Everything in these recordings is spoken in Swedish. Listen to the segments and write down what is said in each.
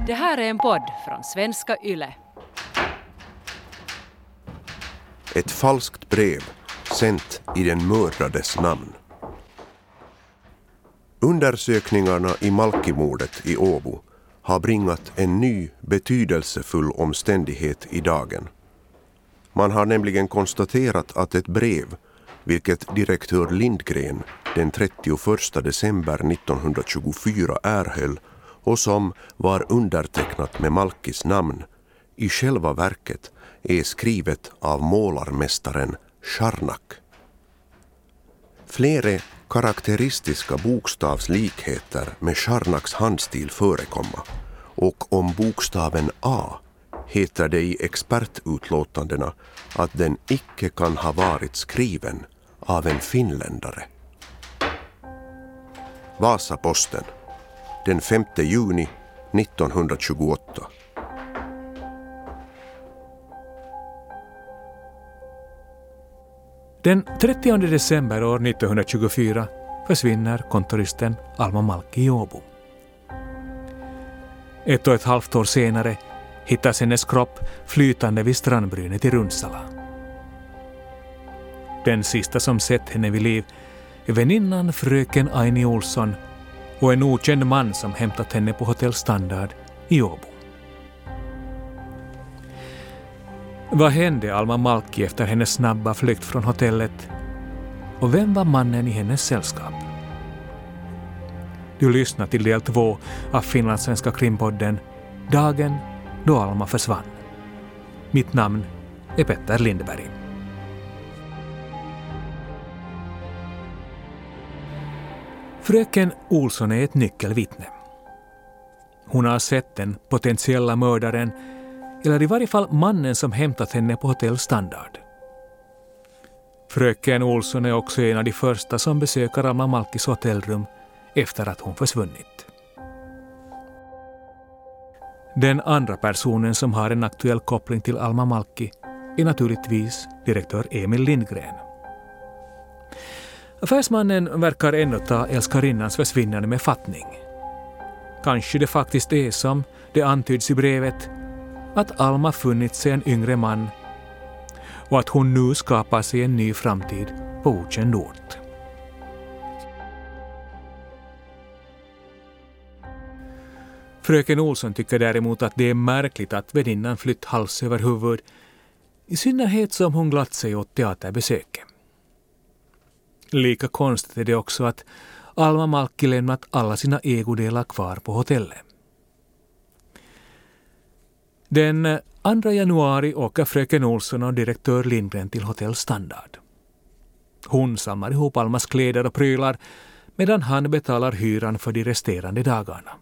Det här är en podd från Svenska Yle. Ett falskt brev sänt i den mördades namn. Undersökningarna i Malkimordet i Åbo har bringat en ny betydelsefull omständighet i dagen. Man har nämligen konstaterat att ett brev, vilket direktör Lindgren den 31 december 1924 erhöll och som var undertecknat med Malkis namn, i själva verket är skrivet av målarmästaren Charnak. Flera karaktäristiska bokstavslikheter med Charnaks handstil förekomma, och om bokstaven A heter det i expertutlåtandena att den icke kan ha varit skriven av en finländare. Vasaposten, den 5 juni 1928. Den 30 december år 1924 försvinner kontoristen Alma Malki i Åbo. 1,5 år senare hittas hennes kropp flytande vid strandbrynet i Runsala. Den sista som sett henne vid liv är väninnan fröken Aini Olsson och en okänd man som hämtat henne på Hotell Standard i Åbo. Vad hände Alma Malki efter hennes snabba flykt från hotellet? Och vem var mannen i hennes sällskap? Du lyssnar till del 2 av Finlandssvenska krimpodden Dagen då Alma försvann. Mitt namn är Petter Lindberg. Fröken Olsson är ett nyckelvittne. Hon har sett den potentiella mördaren, eller i varje fall mannen som hämtat henne på Hotell Standard. Fröken Olsson är också en av de första som besöker Alma Malkis hotellrum efter att hon försvunnit. Den andra personen som har en aktuell koppling till Alma Malki är naturligtvis direktör Emil Lindgren. Affärsmannen verkar ändå ta älskarinnans försvinnande med fattning. Kanske det faktiskt är som det antyds i brevet, att Alma funnit sig en yngre man och att hon nu skapar sig en ny framtid på okänd ort. Fröken Olsson tycker däremot att det är märkligt att väninnan flytt hals över huvud, i synnerhet som hon glatt sig åt teaterbesöket. Lika konstigt är det också att Alma Malki lämnat alla sina ägodelar kvar på hotellet. Den 2 januari åker fröken Olsson och direktör Lindgren till Hotell Standard. Hon samlar ihop Almas kläder och prylar medan han betalar hyran för de resterande dagarna.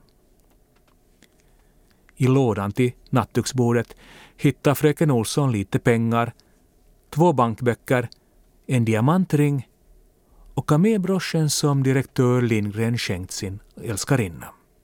I lådan till nattduksbordet hittar fröken Olsson lite pengar, 2 bankböcker, en diamantring och kamébroschen som direktör Lindgren skänkt sin älskarinna.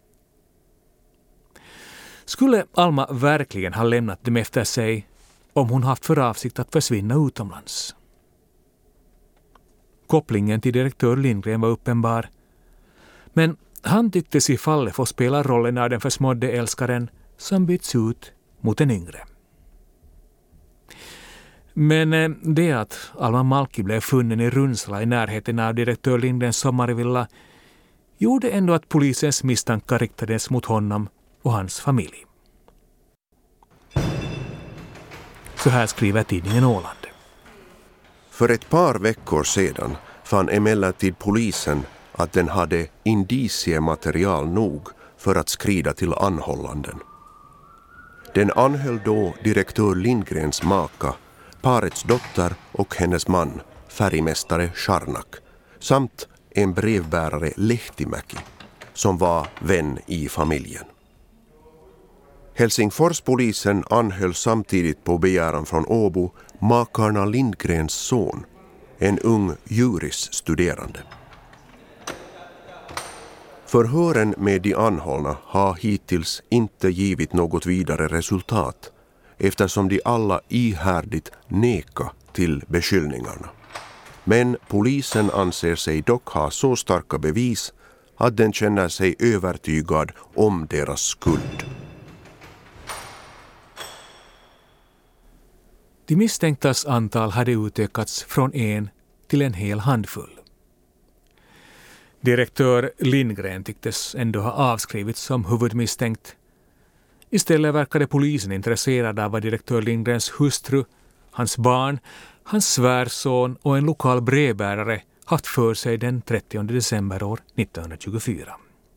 Skulle Alma verkligen ha lämnat dem efter sig om hon haft för avsikt att försvinna utomlands? Kopplingen till direktör Lindgren var uppenbar, men han tycktes i fallet få spela rollen av den försmådde älskaren som byts ut mot en yngre. Men det att Alma Malki blev funnen i Runsala i närheten av direktör Lindgrens sommarvilla gjorde ändå att polisens misstankar riktades mot honom och hans familj. Så här skriver tidningen Åland. För ett par veckor sedan fann emellertid polisen att den hade indiciematerial nog för att skrida till anhållanden. Den anhöll då direktör Lindgrens maka, parets dotter och hennes man, färgmästare Charnak, samt en brevbärare Lehtimäki, som var vän i familjen. Helsingforspolisen anhöll samtidigt på begäran från Åbo makarna Lindgrens son, en ung jurisstuderande. Förhören med de anhållna har hittills inte givit något vidare resultat, eftersom de alla ihärdigt nekar till beskyllningarna. Men polisen anser sig dock ha så starka bevis att den känner sig övertygad om deras skuld. De misstänktas antal hade utökats från 1 till en hel handfull. Direktör Lindgren tycktes ändå ha avskrivits som huvudmisstänkt. Istället verkade polisen intresserad av vad direktör Lindgrens hustru, hans barn, hans svärson och en lokal brevbärare haft för sig den 30 december år 1924.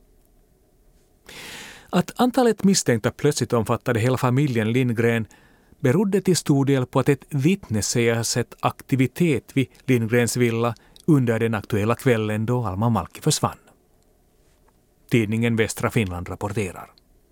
Att antalet misstänkta plötsligt omfattade hela familjen Lindgren berodde till stor del på att ett vittne säger sett aktivitet vid Lindgrens villa under den aktuella kvällen då Alma Malki försvann. Tidningen Västra Finland rapporterar.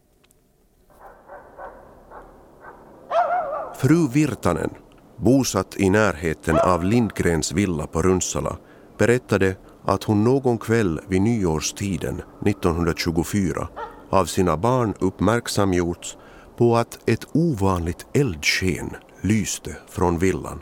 Fru Virtanen, bosatt i närheten av Lindgrens villa på Runsala, berättade att hon någon kväll vid nyårstiden 1924 av sina barn uppmärksamgjorts på att ett ovanligt eldsken lyste från villan.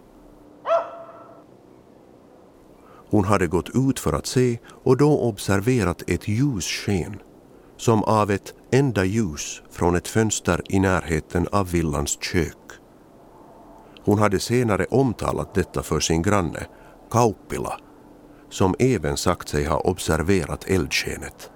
Hon hade gått ut för att se och då observerat ett ljussken som av ett enda ljus från ett fönster i närheten av villans kök. Hon hade senare omtalat detta för sin granne, Kauppila, som även sagt sig ha observerat eldskenet.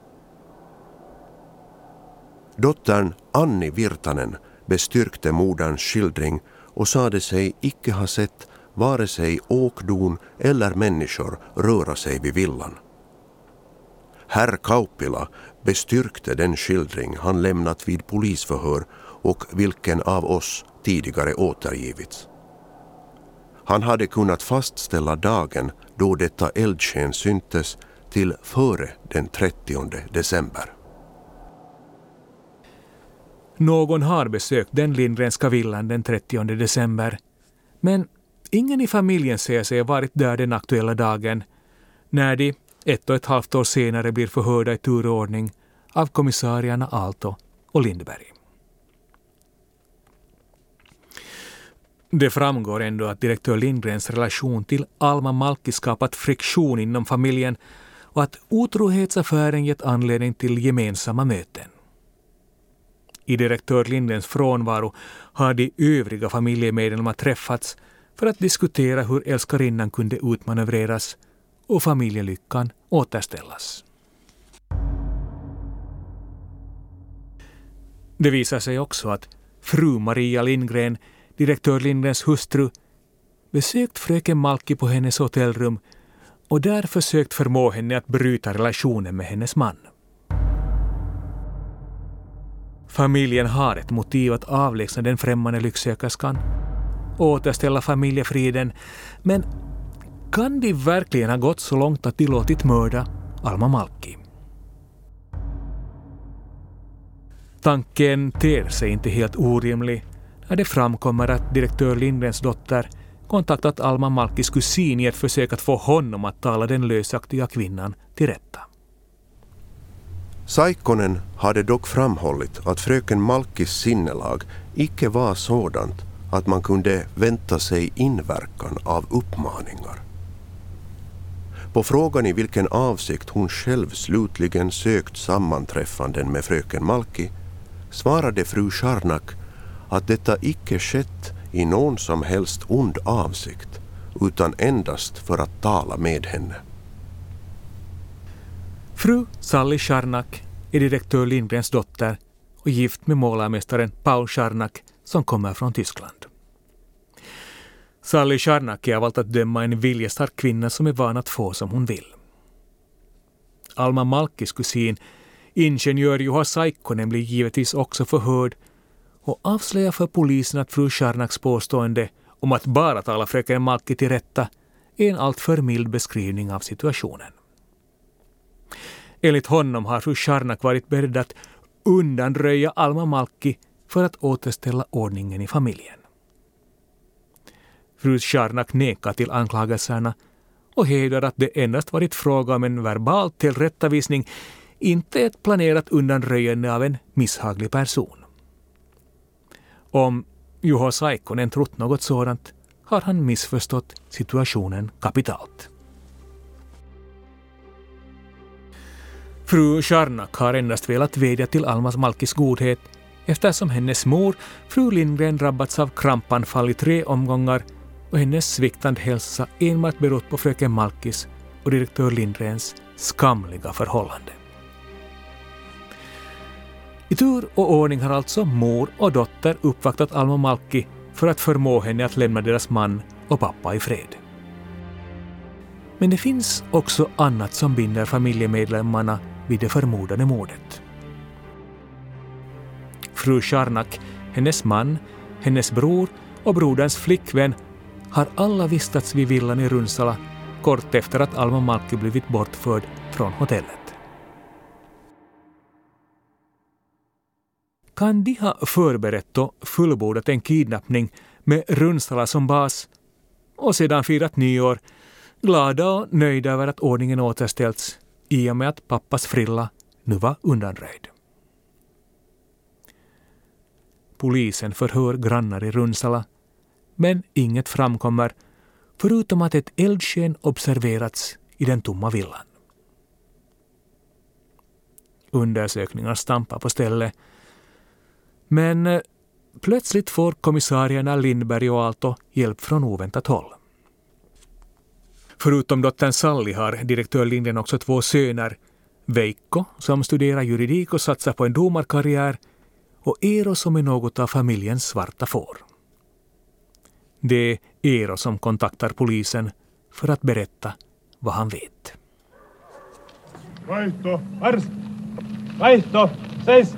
Dottern Anni Virtanen bestyrkte moderns skildring och sade sig icke ha sett vare sig åkdon eller människor röra sig vid villan. Herr Kauppila bestyrkte den skildring han lämnat vid polisförhör och vilken av oss tidigare återgivits. Han hade kunnat fastställa dagen då detta eldsken syntes till före den 30 december. Någon har besökt den Lindgrenska villan den 30 december, men ingen i familjen säger sig ha varit där den aktuella dagen, när de 1,5 år senare blir förhörda i turordning av kommissarierna Aalto och Lindberg. Det framgår ändå att direktör Lindgrens relation till Alma Malki skapat friktion inom familjen och att otrohetsaffären gett anledning till gemensamma möten. I direktör Lindgrens frånvaro har de övriga familjemedlemmar träffats för att diskutera hur älskarinnan kunde utmanövreras och familjelyckan återställas. Det visar sig också att fru Maria Lindgren, direktör Lindgrens hustru, besökt fröken Malki på hennes hotellrum och där försökt förmå henne att bryta relationen med hennes man. Familjen har ett motiv att avlägsna den främmande lycksökerskan, återställa familjefriden, men kan de verkligen ha gått så långt att de låtit mörda Alma Malki? Tanken ter sig inte helt orimlig när det framkommer att direktör Lindgrens dotter kontaktat Alma Malkis kusin i ett försök att få honom att tala den lösaktiga kvinnan till rätta. Saikkonen hade dock framhållit att fröken Malkis sinnelag icke var sådant att man kunde vänta sig inverkan av uppmaningar. På frågan i vilken avsikt hon själv slutligen sökt sammanträffanden med fröken Malki svarade fru Scharnak att detta icke skett i någon som helst ond avsikt utan endast för att tala med henne. Fru Sally Scharnak är direktör Lindgrens dotter och gift med målarmästaren Paul Scharnak som kommer från Tyskland. Sally Scharnak är av allt att döma en viljestark kvinna som är van att få som hon vill. Alma Malkis kusin, ingenjör Juha Saikkonen, blir givetvis också förhörd och avslöjar för polisen att fru Scharnaks påstående om att bara tala fröken Malki till rätta är en alltför mild beskrivning av situationen. Enligt honom har fru Scharnak varit beredd att undanröja Alma Malki för att återställa ordningen i familjen. Fru Scharnak nekar till anklagelserna och hävdar att det endast varit fråga om en verbal tillrättavisning, inte ett planerat undanröjande av en misshaglig person. Om Juha Saikkonen trott något sådant har han missförstått situationen kapitalt. Fru Scharnak har endast velat vädja till Alma Malkis godhet eftersom hennes mor, fru Lindgren, drabbats av krampanfall i 3 omgångar och hennes sviktande hälsa enbart berott på fröken Malkis och direktör Lindgrens skamliga förhållande. I tur och ordning har alltså mor och dotter uppvaktat Alma Malki för att förmå henne att lämna deras man och pappa i fred. Men det finns också annat som binder familjemedlemmarna vid det förmodade mordet. Fru Charnak, hennes man, hennes bror och broderns flickvän har alla vistats vid villan i Runsala kort efter att Alma Malki blivit bortförd från hotellet. Kan de ha förberett och fullbordat en kidnappning med Runsala som bas och sedan firat nyår, glada och nöjda över att ordningen återställts i och med att pappas frilla nu var undanröjd? Polisen förhör grannar i Runsala, men inget framkommer förutom att ett eldsken observerats i den tomma villan. Undersökningar stampar på stället, men plötsligt får kommissarierna Lindberg och Aalto hjälp från oväntat håll. Förutom dottern Sally har direktör Lindgren också 2 söner, Veikko som studerar juridik och satsar på en domarkarriär, och Eero som är något av familjens svarta får. Det är Eero som kontaktar polisen för att berätta vad han vet. Vaihto, ars! Vaihto, seis!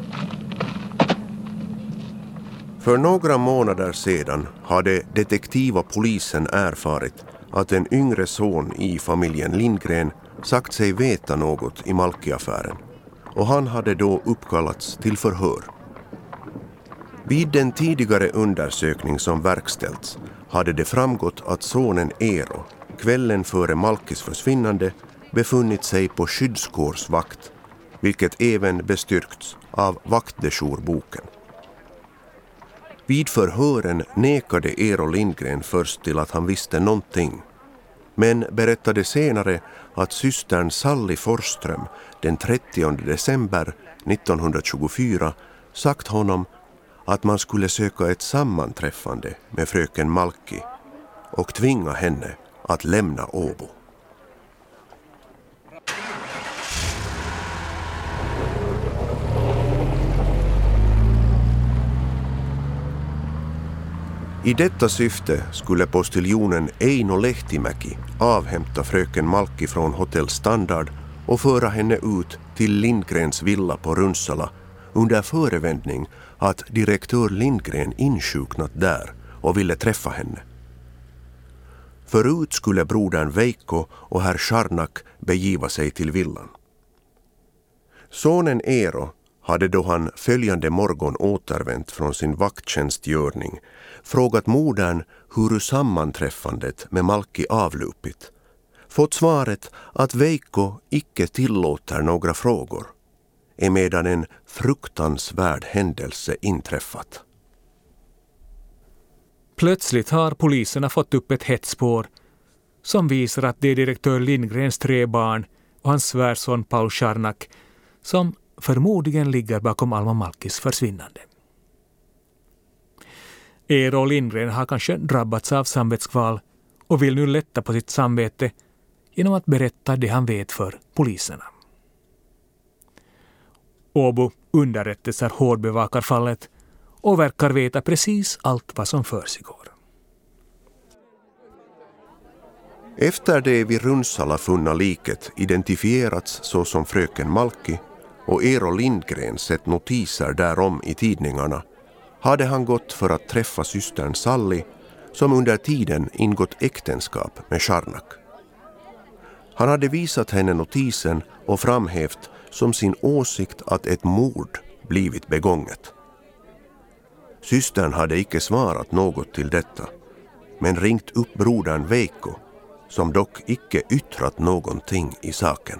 För några månader sedan hade detektiv och polisen erfarit att en yngre son i familjen Lindgren sagt sig veta något i Malki-affären, och han hade då uppkallats till förhör. Vid den tidigare undersökning som verkställts hade det framgått att sonen Eero kvällen före Malkis försvinnande befunnit sig på skyddskårsvakt, vilket även bestyrkts av vaktdejourboken. Vid förhören nekade Eero Lindgren först till att han visste någonting, men berättade senare att systern Sally Forsström den 30 december 1924 sagt honom att man skulle söka ett sammanträffande med fröken Malki och tvinga henne att lämna Åbo. I detta syfte skulle postiljonen Eino Lehtimäki avhämta fröken Malki från Hotell Standard och föra henne ut till Lindgrens villa på Runsala under förevändning att direktör Lindgren insjuknat där och ville träffa henne. Förut skulle brodern Veikko och herr Charnak begiva sig till villan. Sonen Eero hade då han följande morgon återvänt från sin vakttjänstgörning frågat modern hur sammanträffandet med Malki avlupit, fått svaret att Veikko icke tillåter några frågor, emedan en fruktansvärd händelse inträffat. Plötsligt har poliserna fått upp ett hetsspår som visar att det är direktör Lindgrens 3 barn och hans svärson Paul Charnak som förmodligen ligger bakom Alma Malkis försvinnande. Eero Lindgren har kanske drabbats av samvetskval och vill nu lätta på sitt samvete genom att berätta det han vet för poliserna. Åbo underrättelser hårdbevakar fallet och verkar veta precis allt vad som försiggår. Efter det vid Runsala funna liket identifierats såsom fröken Malki och Eero Lindgren sett notiser därom i tidningarna, hade han gått för att träffa systern Sally som under tiden ingått äktenskap med Charnak. Han hade visat henne notisen och framhävt som sin åsikt att ett mord blivit begånget. Systern hade icke svarat något till detta, men ringt upp brodern Veikko, som dock icke yttrat någonting i saken.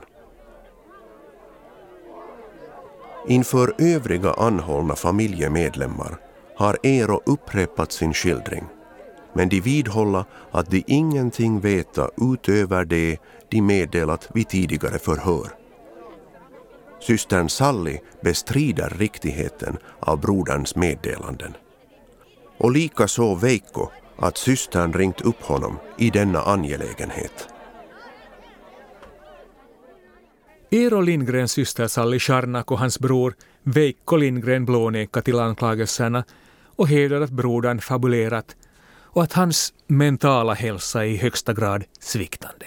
Inför övriga anhållna familjemedlemmar har Eero upprepat sin skildring, men de vidhåller att de ingenting veta utöver det de meddelat vid tidigare förhör. Systern Sally bestrider riktigheten av broderns meddelanden. Och likaså Veikko att systern ringt upp honom i denna angelägenhet. Eero Lindgrens syster Sally Charnak och hans bror Veikko Lindgren blånekar till anklagelserna och hävdar att brodern fabulerat och att hans mentala hälsa är i högsta grad sviktande.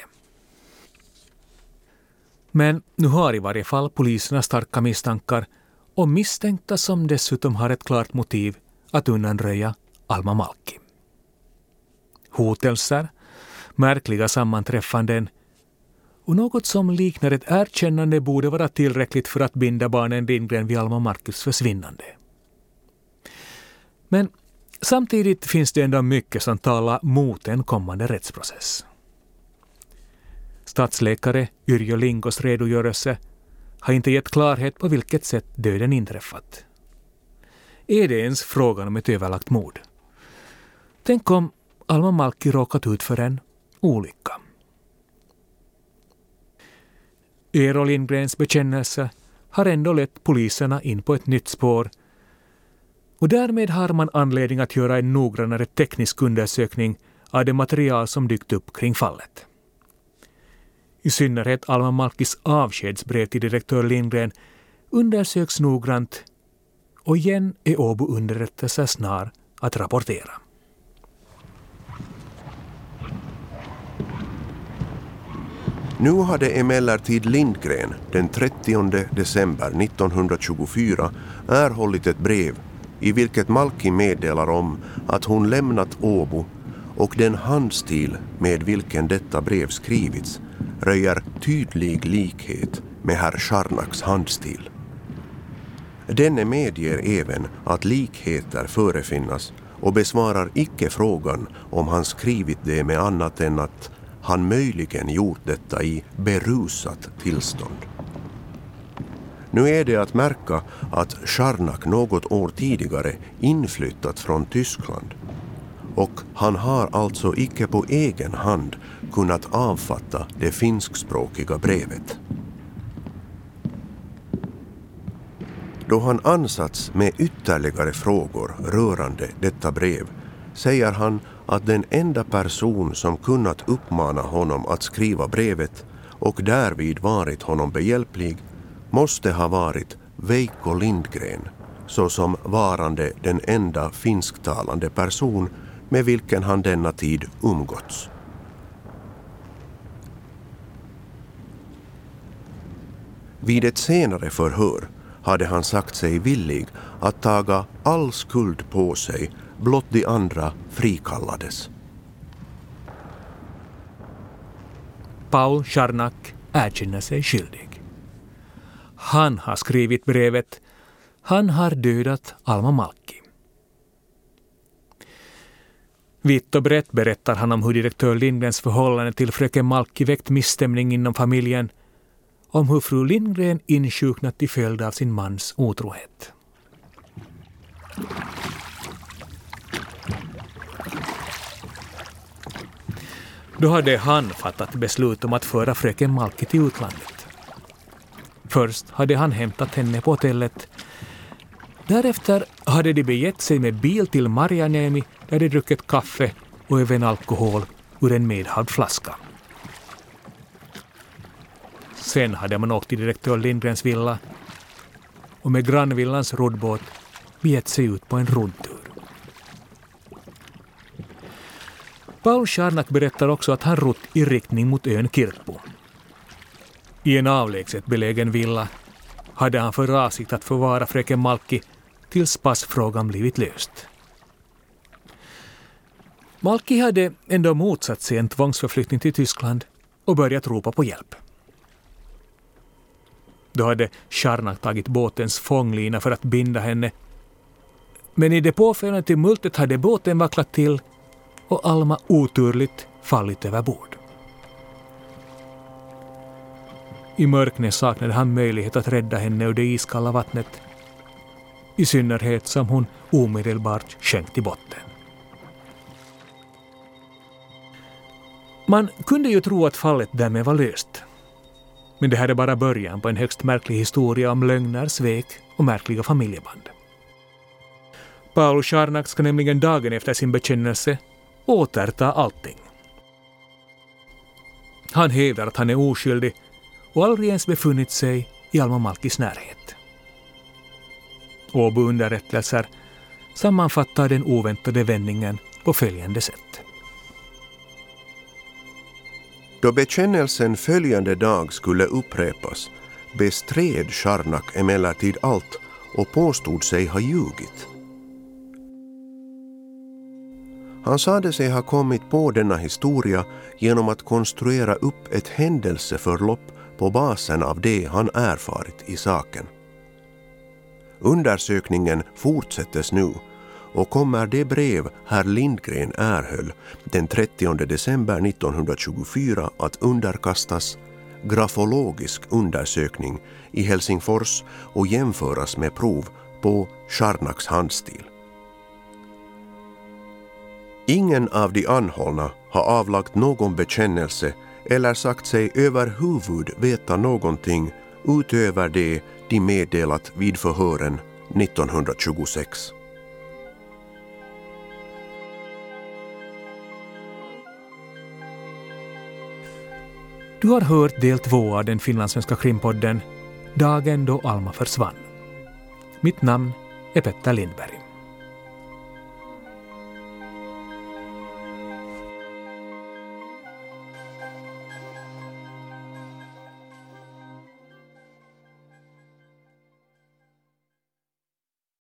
Men nu har i varje fall poliserna starka misstankar och misstänkta som dessutom har ett klart motiv att undanröja Alma Malki. Hotelser, märkliga sammanträffanden och något som liknar ett erkännande borde vara tillräckligt för att binda barnen Lindgren vid Alma Malkis försvinnande. Men samtidigt finns det ändå mycket som talar mot en kommande rättsprocess. Statsläkare Yrjö Lingos redogörelse har inte gett klarhet på vilket sätt döden inträffat. Är det ens frågan om ett överlagt mord? Tänk om Alma Malki råkat ut för en olycka. Eero Lindgrens bekännelse har ändå lett poliserna in på ett nytt spår och därmed har man anledning att göra en noggrannare teknisk undersökning av det material som dykt upp kring fallet. I synnerhet Alma Malkis avskedsbrev till direktör Lindgren undersöks noggrant och igen är Åbo underrättelse snar att rapportera. Nu hade emellertid Lindgren den 30 december 1924 erhållit ett brev i vilket Malki meddelar om att hon lämnat Åbo och den handstil med vilken detta brev skrivits röjer tydlig likhet med herr Charnaks handstil. Denne medger även att likheter förefinnas och besvarar icke frågan om han skrivit det med annat än att han möjligen gjort detta i berusat tillstånd. Nu är det att märka att Charnak något år tidigare inflyttat från Tyskland och han har alltså icke på egen hand kunnat avfatta det finskspråkiga brevet. Då han ansats med ytterligare frågor rörande detta brev säger han att den enda person som kunnat uppmana honom att skriva brevet och därvid varit honom behjälplig måste ha varit Veikko Lindgren såsom varande den enda finsktalande person med vilken han denna tid umgåtts. Vid ett senare förhör hade han sagt sig villig att taga all skuld på sig blott de andra frikallades. Paul Charnak erkänner sig skyldig. Han har skrivit brevet. Han har dödat Alma Malki. Vitt och brett berättar han om hur direktör Lindgrens förhållande till fröken Malki väckt misstämning inom familjen, om hur fru Lindgren insjuknat till följd av sin mans otrohet. Då hade han fattat beslut om att föra fröken Malki till utlandet. Först hade han hämtat henne på hotellet. Därefter hade de begett sig med bil till Marjaniemi där de druckit kaffe och även alkohol ur en medhavd flaska. Sen hade man åkt till direktör Lindgrens villa och med grannvillans roddbåt begett sig ut på en roddtur. Paul Charnak berättar också att han rott i riktning mot ön Kirkbo. I en avlägset belägen villa hade han för avsikt att förvara fröken Malki tills passfrågan blivit löst. Malki hade ändå motsatt sig en tvångsförflyttning till Tyskland och börjat ropa på hjälp. Då hade Charnak tagit båtens fånglina för att binda henne. Men i det påföljande tumultet hade båten vacklat till och Alma oturligt fallit över bord. I mörknet saknade han möjlighet att rädda henne ur det iskalla vattnet, i synnerhet som hon omedelbart sjönk till botten. Man kunde ju tro att fallet därmed var löst. Men det här är bara början på en högst märklig historia om lögner, svek och märkliga familjeband. Paul Charnak ska nämligen dagen efter sin bekännelse återta allting. Han hävdar att han är oskyldig och aldrig ens befunnit sig i Alma Malkis närhet. Åbo underrättelser sammanfattar den oväntade vändningen på följande sätt. Då bekännelsen följande dag skulle upprepas bestred Charnak emellertid allt och påstod sig ha ljugit. Han sade sig ha kommit på denna historia genom att konstruera upp ett händelseförlopp på basen av det han erfarit i saken. Undersökningen fortsättes nu och kommer det brev herr Lindgren erhöll den 30 december 1924 att underkastas grafologisk undersökning i Helsingfors och jämföras med prov på Charnaks handstil. Ingen av de anhållna har avlagt någon bekännelse eller sagt sig överhuvud veta någonting utöver det de meddelat vid förhören 1926. Du har hört del 2 av den finlandssvenska krimpodden Dagen då Alma försvann. Mitt namn är Petter Lindberg.